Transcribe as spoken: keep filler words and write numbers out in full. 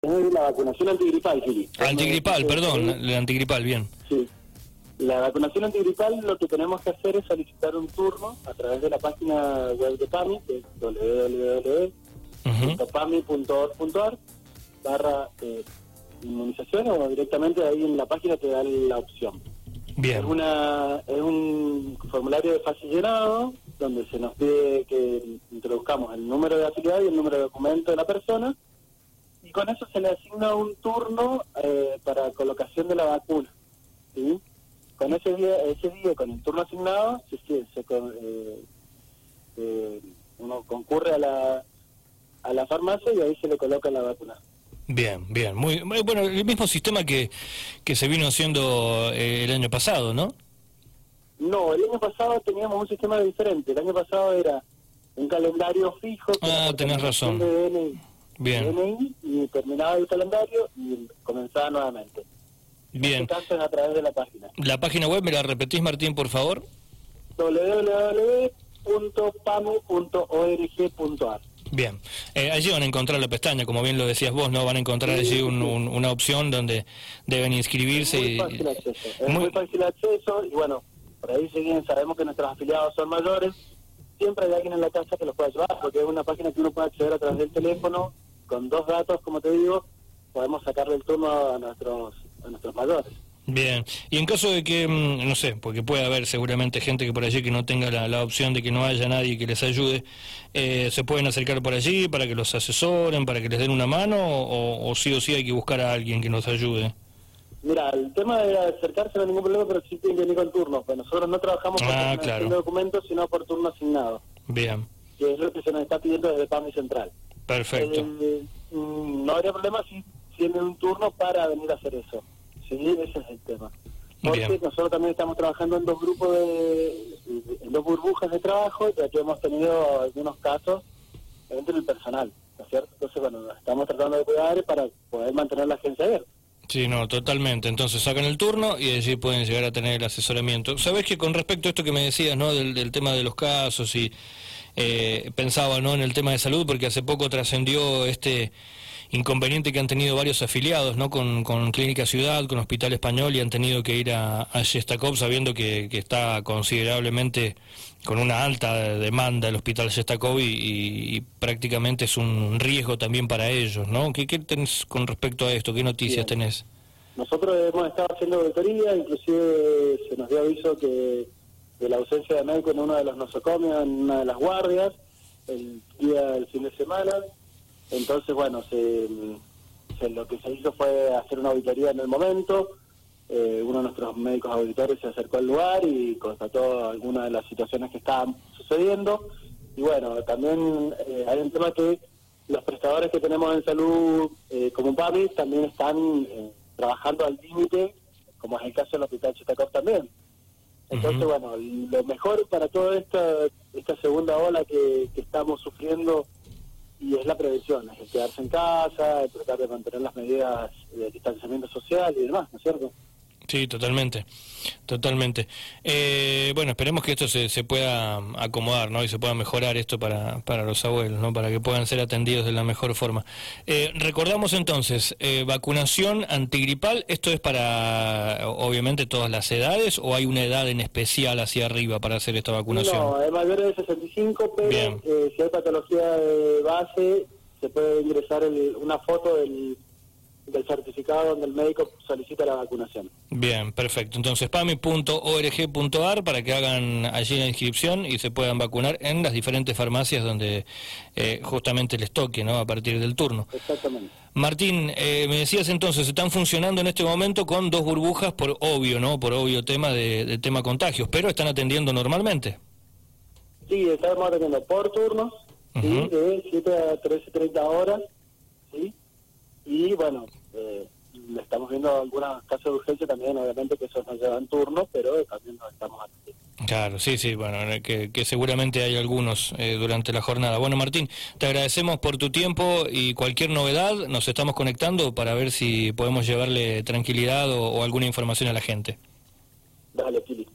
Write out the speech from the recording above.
Es la vacunación antigripal, Fili. Antigripal, perdón, la antigripal, bien. Sí. La vacunación antigripal lo que tenemos que hacer es solicitar un turno a través de la página web de PAMI, que es doble u doble u doble u punto pami punto org punto ar barra eh, inmunización, o directamente ahí en la página te da la opción. Bien. Es, una, es un formulario de fácil llenado donde se nos pide que introduzcamos el número de afiliado y el número de documento de la persona, y con eso se le asigna un turno eh, para colocación de la vacuna, ¿sí? Con ese día, ese día con el turno asignado, se, se, se, eh, eh, uno concurre a la, a la farmacia y ahí se le coloca la vacuna. Bien, bien, muy, muy bueno, el mismo sistema que, que se vino haciendo eh, el año pasado, ¿no? No, el año pasado teníamos un sistema diferente. El año pasado era un calendario fijo. Ah, tenés razón. De D N I, bien. D N I, y terminaba el calendario y comenzaba nuevamente. Bien. En este caso es a través de la página. La página web, ¿me la repetís, Martín, por favor? doble u doble u doble u punto pami punto org punto ar. Bien, eh, allí van a encontrar la pestaña, como bien lo decías vos, ¿no? Van a encontrar sí, allí un, sí. un, una opción donde deben inscribirse. Es muy fácil acceso, es muy... muy fácil acceso, y bueno, por ahí si bien sabemos que nuestros afiliados son mayores, siempre hay alguien en la casa que los pueda ayudar, porque es una página que uno puede acceder a través del teléfono, con dos datos, como te digo, podemos sacarle el turno a nuestros, a nuestros mayores. Bien, y en caso de que, no sé, porque puede haber seguramente gente que por allí que no tenga la, la opción de que no haya nadie que les ayude, eh, ¿se pueden acercar por allí para que los asesoren, para que les den una mano, o, o sí o sí hay que buscar a alguien que nos ayude? Mira, el tema de acercarse no hay ningún problema, pero sí tiene que venir con turnos, pues nosotros no trabajamos por ah, claro. documentos, sino por turno asignado. Bien. Que es lo que se nos está pidiendo desde PAMI Central. Perfecto. Eh, no habría problema si tienen un turno para venir a hacer eso. Sí, ese es el tema. Porque Bien. nosotros también estamos trabajando en dos grupos de, en dos burbujas de trabajo, ya que hemos tenido algunos casos entre el personal, ¿no es cierto? Entonces, bueno, estamos tratando de cuidar para poder mantener la agencia abierta. Sí, no, totalmente. Entonces sacan el turno y allí pueden llegar a tener el asesoramiento. Sabés que con respecto a esto que me decías, ¿no? Del, del tema de los casos y eh, pensaba, ¿no? En el tema de salud, porque hace poco trascendió este inconveniente que han tenido varios afiliados, ¿no? Con, con Clínica Ciudad, con Hospital Español, y han tenido que ir a, a Shestakov sabiendo que, que está considerablemente con una alta demanda el Hospital Shestakov y, y, y prácticamente es un riesgo también para ellos, ¿no? ¿Qué, qué tenés con respecto a esto? ¿Qué noticias Bien. tenés? Nosotros hemos estado haciendo auditoría, inclusive se nos dio aviso que de la ausencia de médico en uno de los nosocomios, en una de las guardias, el día del fin de semana. Entonces, bueno, se, se, lo que se hizo fue hacer una auditoría en el momento. Eh, uno de nuestros médicos auditores se acercó al lugar y constató algunas de las situaciones que estaban sucediendo. Y bueno, también eh, hay un tema que los prestadores que tenemos en salud, eh, como PAMI, también están eh, trabajando al límite, como es el caso del Hospital Shestakov también. Entonces, uh-huh. bueno, lo mejor para toda esta, esta segunda ola que, que estamos sufriendo, y es la prevención, es el quedarse en casa, el tratar de mantener las medidas de distanciamiento social y demás, ¿no es cierto? Sí, totalmente, totalmente. Eh, bueno, esperemos que esto se, se pueda acomodar, ¿no? Y se pueda mejorar esto para, para los abuelos, ¿no? Para que puedan ser atendidos de la mejor forma. Eh, recordamos entonces, eh, vacunación antigripal, ¿esto es para, obviamente, todas las edades o hay una edad en especial hacia arriba para hacer esta vacunación? No, es mayor de sesenta y cinco, pero eh, si hay patología de base, se puede ingresar el, una foto del... del certificado donde el médico solicita la vacunación. Bien, perfecto. Entonces, pami punto org punto ar para que hagan allí la inscripción y se puedan vacunar en las diferentes farmacias donde eh, justamente les toque, ¿no? A partir del turno. Exactamente. Martín, eh, me decías entonces, están funcionando en este momento con dos burbujas por obvio, ¿no? Por obvio tema de, de tema contagios, pero están atendiendo normalmente. Sí, estamos atendiendo por turnos, uh-huh. ¿sí? De siete a trece, treinta horas, ¿sí? Y bueno, eh, le estamos viendo algunos casos de urgencia también, obviamente que esos no llevan turno, pero también nos estamos atendiendo. Claro, sí, sí, bueno, que, que seguramente hay algunos eh, durante la jornada. Bueno, Martín, te agradecemos por tu tiempo y cualquier novedad nos estamos conectando para ver si podemos llevarle tranquilidad o, o alguna información a la gente. Dale, Kili.